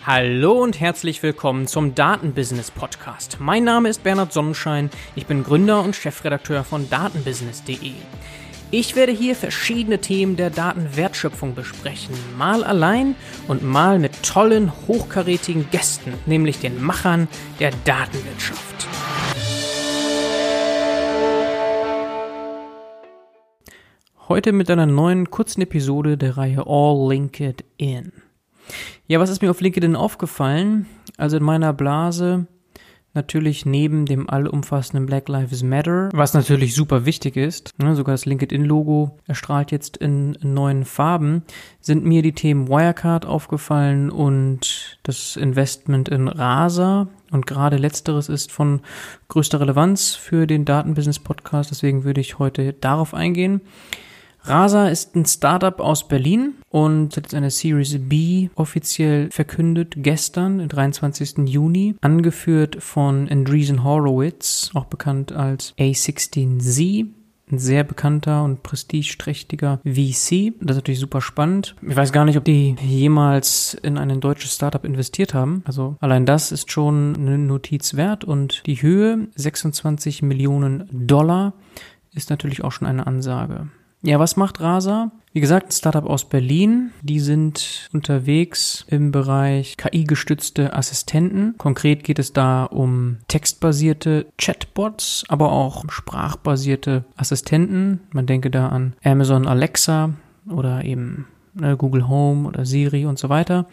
Hallo und herzlich willkommen zum Datenbusiness Podcast. Mein Name ist Bernhard Sonnenschein, ich bin Gründer und Chefredakteur von datenbusiness.de. Ich werde hier verschiedene Themen der Datenwertschöpfung besprechen, mal allein und mal mit tollen, hochkarätigen Gästen, nämlich den Machern der Datenwirtschaft. Heute mit einer neuen kurzen Episode der Reihe All LinkedIn. Ja, was ist mir auf LinkedIn aufgefallen? Also in meiner Blase natürlich neben dem allumfassenden Black Lives Matter, was natürlich super wichtig ist, sogar das LinkedIn-Logo erstrahlt jetzt in neuen Farben, sind mir die Themen Wirecard aufgefallen und das Investment in Rasa. Und gerade letzteres ist von größter Relevanz für den Datenbusiness-Podcast, deswegen würde ich heute darauf eingehen. Rasa ist ein Startup aus Berlin und hat jetzt eine Series B offiziell verkündet gestern, den 23. Juni, angeführt von Andreessen Horowitz, auch bekannt als A16Z, ein sehr bekannter und prestigeträchtiger VC. Das ist natürlich super spannend. Ich weiß gar nicht, ob die jemals in ein deutsches Startup investiert haben. Also allein das ist schon eine Notiz wert und die Höhe, $26 Millionen, ist natürlich auch schon eine Ansage. Ja, was macht Rasa? Wie gesagt, ein Startup aus Berlin. Die sind unterwegs im Bereich KI-gestützte Assistenten. Konkret geht es da um textbasierte Chatbots, aber auch sprachbasierte Assistenten. Man denke da an Amazon Alexa oder eben Google Home oder Siri und so weiter.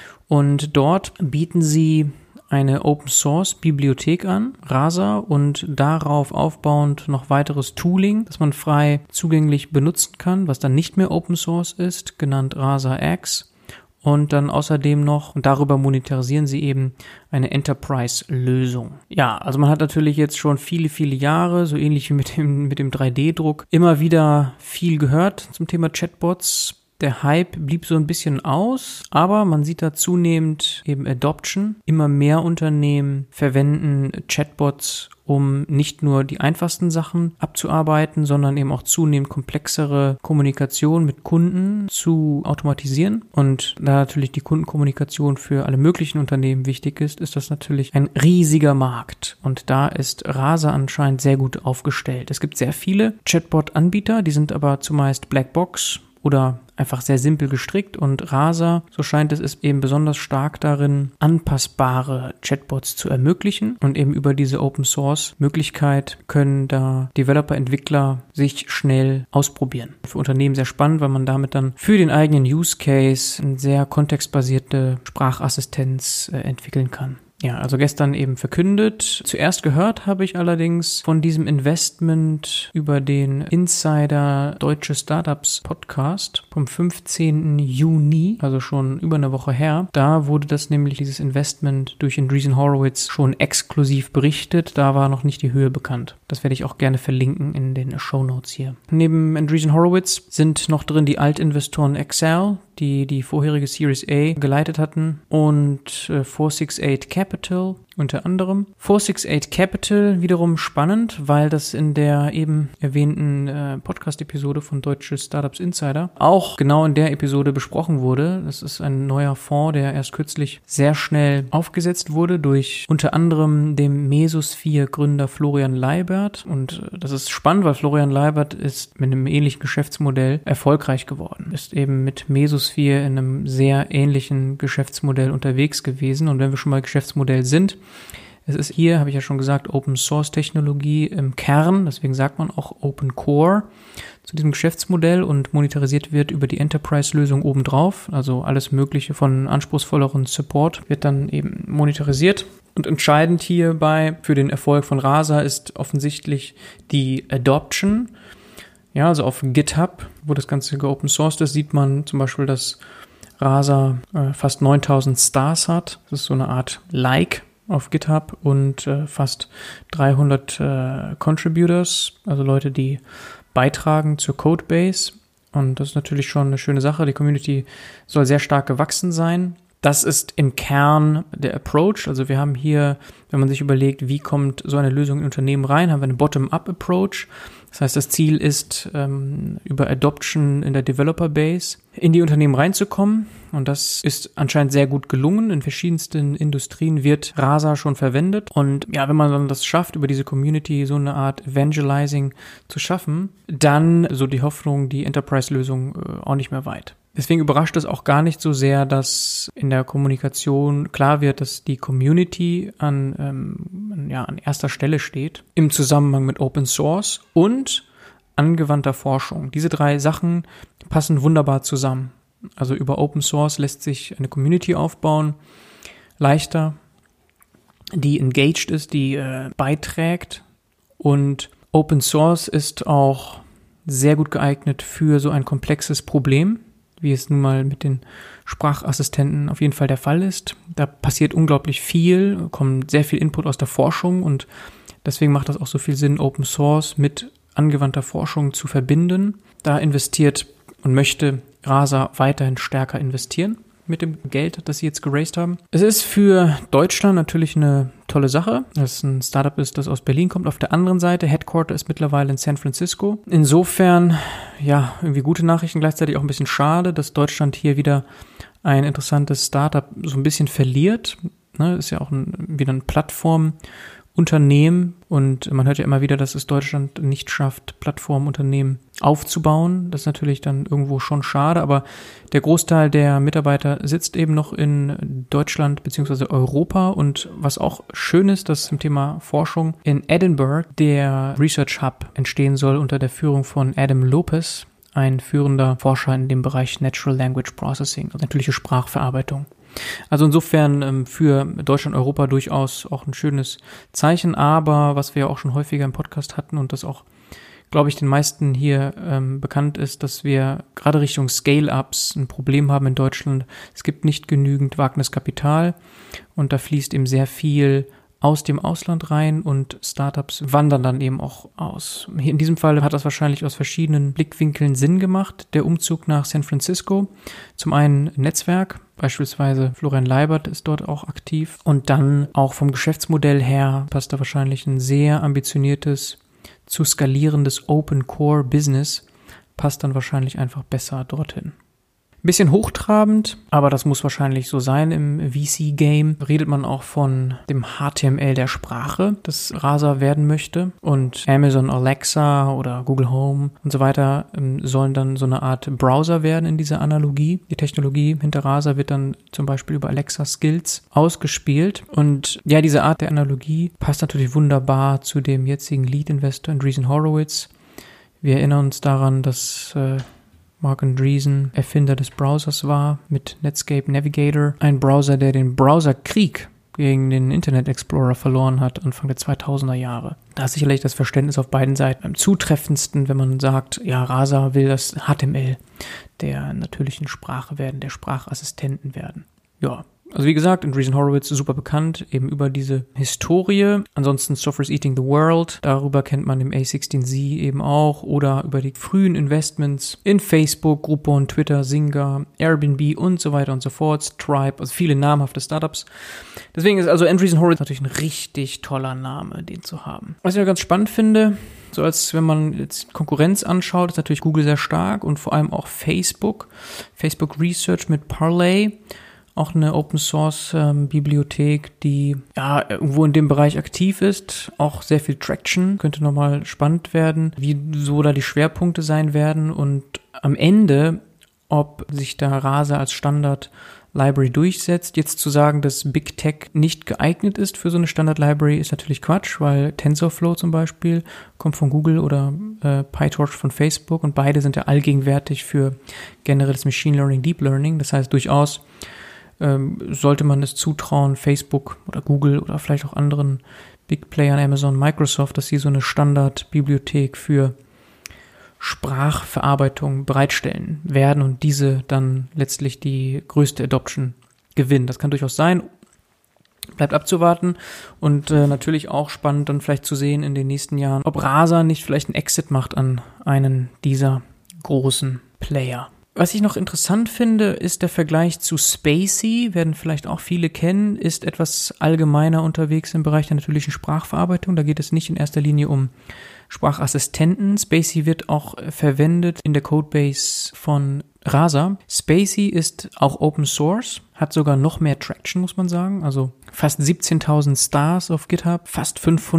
Und dort bieten sie eine Open-Source-Bibliothek an, Rasa, und darauf aufbauend noch weiteres Tooling, das man frei zugänglich benutzen kann, was dann nicht mehr Open-Source ist, genannt Rasa X. Und dann außerdem noch, und darüber monetarisieren sie eben eine Enterprise-Lösung. Ja, also man hat natürlich jetzt schon viele, viele Jahre, so ähnlich wie mit dem 3D-Druck, immer wieder viel gehört zum Thema Chatbots. Der Hype blieb so ein bisschen aus, aber man sieht da zunehmend eben Adoption. Immer mehr Unternehmen verwenden Chatbots, um nicht nur die einfachsten Sachen abzuarbeiten, sondern eben auch zunehmend komplexere Kommunikation mit Kunden zu automatisieren. Und da natürlich die Kundenkommunikation für alle möglichen Unternehmen wichtig ist, ist das natürlich ein riesiger Markt. Und da ist Rasa anscheinend sehr gut aufgestellt. Es gibt sehr viele Chatbot-Anbieter, die sind aber zumeist Blackbox oder einfach sehr simpel gestrickt, und Rasa, so scheint es, ist eben besonders stark darin, anpassbare Chatbots zu ermöglichen, und eben über diese Open-Source-Möglichkeit können da Developer, Entwickler sich schnell ausprobieren. Für Unternehmen sehr spannend, weil man damit dann für den eigenen Use Case eine sehr kontextbasierte Sprachassistenz entwickeln kann. Ja, also gestern eben verkündet. Zuerst gehört habe ich allerdings von diesem Investment über den Insider Deutsche Startups Podcast vom 15. Juni, also schon über eine Woche her. Da wurde das nämlich, dieses Investment durch Andreessen Horowitz, schon exklusiv berichtet. Da war noch nicht die Höhe bekannt. Das werde ich auch gerne verlinken in den Shownotes hier. Neben Andreessen Horowitz sind noch drin die Altinvestoren Excel, die vorherige Series A geleitet hatten, und 468 Capital unter anderem. 468 Capital wiederum spannend, weil das in der eben erwähnten Podcast-Episode von Deutsche Startups Insider auch genau in der Episode besprochen wurde. Das ist ein neuer Fonds, der erst kürzlich sehr schnell aufgesetzt wurde durch unter anderem dem Mesosphere-Gründer Florian Leibert. Und das ist spannend, weil Florian Leibert ist mit einem ähnlichen Geschäftsmodell erfolgreich geworden. Ist eben mit Mesosphere in einem sehr ähnlichen Geschäftsmodell unterwegs gewesen. Und wenn wir schon mal Geschäftsmodell sind, es ist hier, habe ich ja schon gesagt, Open-Source-Technologie im Kern, deswegen sagt man auch Open Core zu diesem Geschäftsmodell, und monetarisiert wird über die Enterprise-Lösung obendrauf, also alles Mögliche von anspruchsvolleren Support wird dann eben monetarisiert. Und entscheidend hierbei für den Erfolg von Rasa ist offensichtlich die Adoption. Ja, also auf GitHub, wo das Ganze geopen-sourced ist, sieht man zum Beispiel, dass Rasa fast 9000 Stars hat. Das ist so eine Art Like auf GitHub, und fast 300 Contributors, also Leute, die beitragen zur Codebase. Und das ist natürlich schon eine schöne Sache. Die Community soll sehr stark gewachsen sein. Das ist im Kern der Approach. Also wir haben hier, wenn man sich überlegt, wie kommt so eine Lösung in Unternehmen rein, haben wir einen Bottom-up-Approach. Das heißt, das Ziel ist, über Adoption in der Developer Base in die Unternehmen reinzukommen. Und das ist anscheinend sehr gut gelungen. In verschiedensten Industrien wird Rasa schon verwendet. Und ja, wenn man dann das schafft, über diese Community so eine Art Evangelizing zu schaffen, dann so die Hoffnung, die Enterprise-Lösung auch nicht mehr weit. Deswegen überrascht es auch gar nicht so sehr, dass in der Kommunikation klar wird, dass die Community an erster Stelle steht im Zusammenhang mit Open Source und angewandter Forschung. Diese 3 Sachen passen wunderbar zusammen. Also über Open Source lässt sich eine Community aufbauen, leichter, die engaged ist, die beiträgt, und Open Source ist auch sehr gut geeignet für so ein komplexes Problem, wie es nun mal mit den Sprachassistenten auf jeden Fall der Fall ist. Da passiert unglaublich viel, kommt sehr viel Input aus der Forschung und deswegen macht das auch so viel Sinn, Open Source mit angewandter Forschung zu verbinden. Da investiert und möchte Rasa weiterhin stärker investieren mit dem Geld, das sie jetzt geraced haben. Es ist für Deutschland natürlich eine tolle Sache, dass es ein Startup ist, das aus Berlin kommt. Auf der anderen Seite, Headquarter ist mittlerweile in San Francisco. Insofern, ja, irgendwie gute Nachrichten, gleichzeitig auch ein bisschen schade, dass Deutschland hier wieder ein interessantes Startup so ein bisschen verliert. Ne, ist ja auch wieder ein Plattformunternehmen und man hört ja immer wieder, dass es Deutschland nicht schafft, Plattformunternehmen aufzubauen. Das ist natürlich dann irgendwo schon schade, aber der Großteil der Mitarbeiter sitzt eben noch in Deutschland bzw. Europa und was auch schön ist, dass zum Thema Forschung in Edinburgh der Research Hub entstehen soll unter der Führung von Adam Lopez, ein führender Forscher in dem Bereich Natural Language Processing, also natürliche Sprachverarbeitung. Also insofern für Deutschland, Europa durchaus auch ein schönes Zeichen, aber was wir ja auch schon häufiger im Podcast hatten und das auch, glaube ich, den meisten hier bekannt ist, dass wir gerade Richtung Scale-Ups ein Problem haben in Deutschland. Es gibt nicht genügend Wagniskapital und da fließt eben sehr viel aus dem Ausland rein und Startups wandern dann eben auch aus. Hier in diesem Fall hat das wahrscheinlich aus verschiedenen Blickwinkeln Sinn gemacht, der Umzug nach San Francisco. Zum einen Netzwerk, beispielsweise Florian Leibert ist dort auch aktiv und dann auch vom Geschäftsmodell her passt da wahrscheinlich ein sehr ambitioniertes, zu skalierendes Open-Core-Business, passt dann wahrscheinlich einfach besser dorthin. Ein bisschen hochtrabend, aber das muss wahrscheinlich so sein im VC-Game. Redet man auch von dem HTML der Sprache, das Rasa werden möchte. Und Amazon Alexa oder Google Home und so weiter sollen dann so eine Art Browser werden in dieser Analogie. Die Technologie hinter Rasa wird dann zum Beispiel über Alexa Skills ausgespielt. Und ja, diese Art der Analogie passt natürlich wunderbar zu dem jetzigen Lead-Investor Andreessen Horowitz. Wir erinnern uns daran, dass Marc Andreessen Erfinder des Browsers war mit Netscape Navigator. Ein Browser, der den Browserkrieg gegen den Internet Explorer verloren hat, Anfang der 2000er Jahre. Da ist sicherlich das Verständnis auf beiden Seiten am zutreffendsten, wenn man sagt, ja, Rasa will das HTML der natürlichen Sprache werden, der Sprachassistenten werden. Ja. Also wie gesagt, Andreessen Horowitz ist super bekannt, eben über diese Historie. Ansonsten Software is Eating the World, darüber kennt man im A16Z eben auch. Oder über die frühen Investments in Facebook, Groupon, Twitter, Zynga, Airbnb und so weiter und so fort, Stripe, also viele namhafte Startups. Deswegen ist also Andreessen Horowitz natürlich ein richtig toller Name, den zu haben. Was ich ja ganz spannend finde, so als wenn man jetzt Konkurrenz anschaut, ist natürlich Google sehr stark und vor allem auch Facebook. Facebook Research mit Parley. Auch eine Open-Source-Bibliothek, die ja irgendwo in dem Bereich aktiv ist. Auch sehr viel Traction. Könnte nochmal spannend werden, wie so da die Schwerpunkte sein werden. Und am Ende, ob sich da Rasa als Standard-Library durchsetzt. Jetzt zu sagen, dass Big Tech nicht geeignet ist für so eine Standard-Library, ist natürlich Quatsch, weil TensorFlow zum Beispiel kommt von Google oder PyTorch von Facebook. Und beide sind ja allgegenwärtig für generelles Machine Learning, Deep Learning. Das heißt durchaus, sollte man es zutrauen, Facebook oder Google oder vielleicht auch anderen Big Playern, Amazon, Microsoft, dass sie so eine Standardbibliothek für Sprachverarbeitung bereitstellen werden und diese dann letztlich die größte Adoption gewinnen. Das kann durchaus sein. Bleibt abzuwarten und natürlich auch spannend dann vielleicht zu sehen in den nächsten Jahren, ob Rasa nicht vielleicht einen Exit macht an einen dieser großen Player. Was ich noch interessant finde, ist der Vergleich zu Spacey, werden vielleicht auch viele kennen, ist etwas allgemeiner unterwegs im Bereich der natürlichen Sprachverarbeitung. Da geht es nicht in erster Linie um Sprachassistenten. Spacey wird auch verwendet in der Codebase von Rasa. Spacie ist auch Open Source, hat sogar noch mehr Traction, muss man sagen. Also fast 17.000 Stars auf GitHub, fast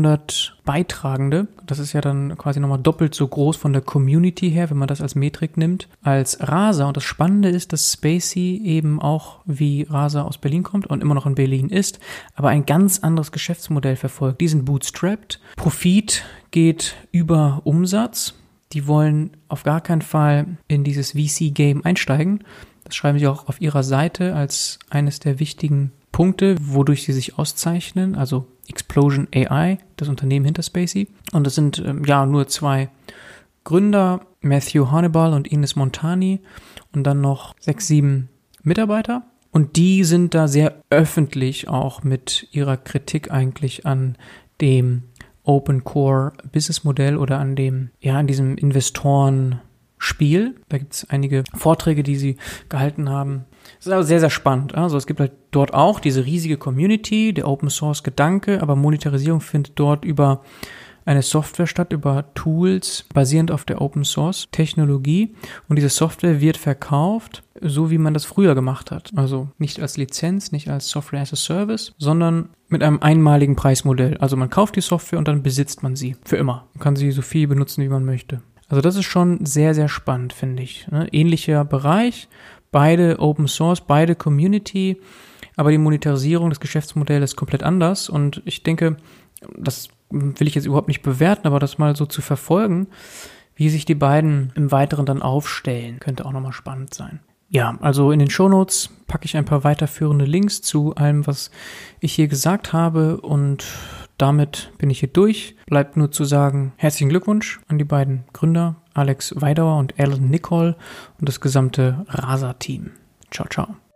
500 Beitragende. Das ist ja dann quasi nochmal doppelt so groß von der Community her, wenn man das als Metrik nimmt, als Rasa. Und das Spannende ist, dass Spacie eben auch wie Rasa aus Berlin kommt und immer noch in Berlin ist, aber ein ganz anderes Geschäftsmodell verfolgt. Die sind bootstrapped. Profit geht über Umsatz. Die wollen auf gar keinen Fall in dieses VC-Game einsteigen. Das schreiben sie auch auf ihrer Seite als eines der wichtigen Punkte, wodurch sie sich auszeichnen. Also Explosion AI, das Unternehmen hinter Spacie. Und das sind nur 2 Gründer, Matthew Hannibal und Ines Montani, und dann noch 6, 7 Mitarbeiter. Und die sind da sehr öffentlich auch mit ihrer Kritik eigentlich an dem Open Core Business Modell oder an diesem Investorenspiel. Da gibt es einige Vorträge, die sie gehalten haben. Das ist aber sehr, sehr spannend. Also es gibt halt dort auch diese riesige Community, der Open Source Gedanke, aber Monetarisierung findet dort über eine Software statt, über Tools basierend auf der Open Source Technologie. Und diese Software wird verkauft, so wie man das früher gemacht hat. Also nicht als Lizenz, nicht als Software as a Service, sondern mit einem einmaligen Preismodell. Also man kauft die Software und dann besitzt man sie für immer. Man kann sie so viel benutzen, wie man möchte. Also das ist schon sehr, sehr spannend, finde ich. Ähnlicher Bereich, beide Open Source, beide Community, aber die Monetarisierung des Geschäftsmodells ist komplett anders. Und ich denke, das will ich jetzt überhaupt nicht bewerten, aber das mal so zu verfolgen, wie sich die beiden im Weiteren dann aufstellen, könnte auch nochmal spannend sein. Ja, also in den Shownotes packe ich ein paar weiterführende Links zu allem, was ich hier gesagt habe, und damit bin ich hier durch. Bleibt nur zu sagen, herzlichen Glückwunsch an die beiden Gründer, Alex Weidauer und Alan Nicol, und das gesamte Rasa-Team. Ciao, ciao.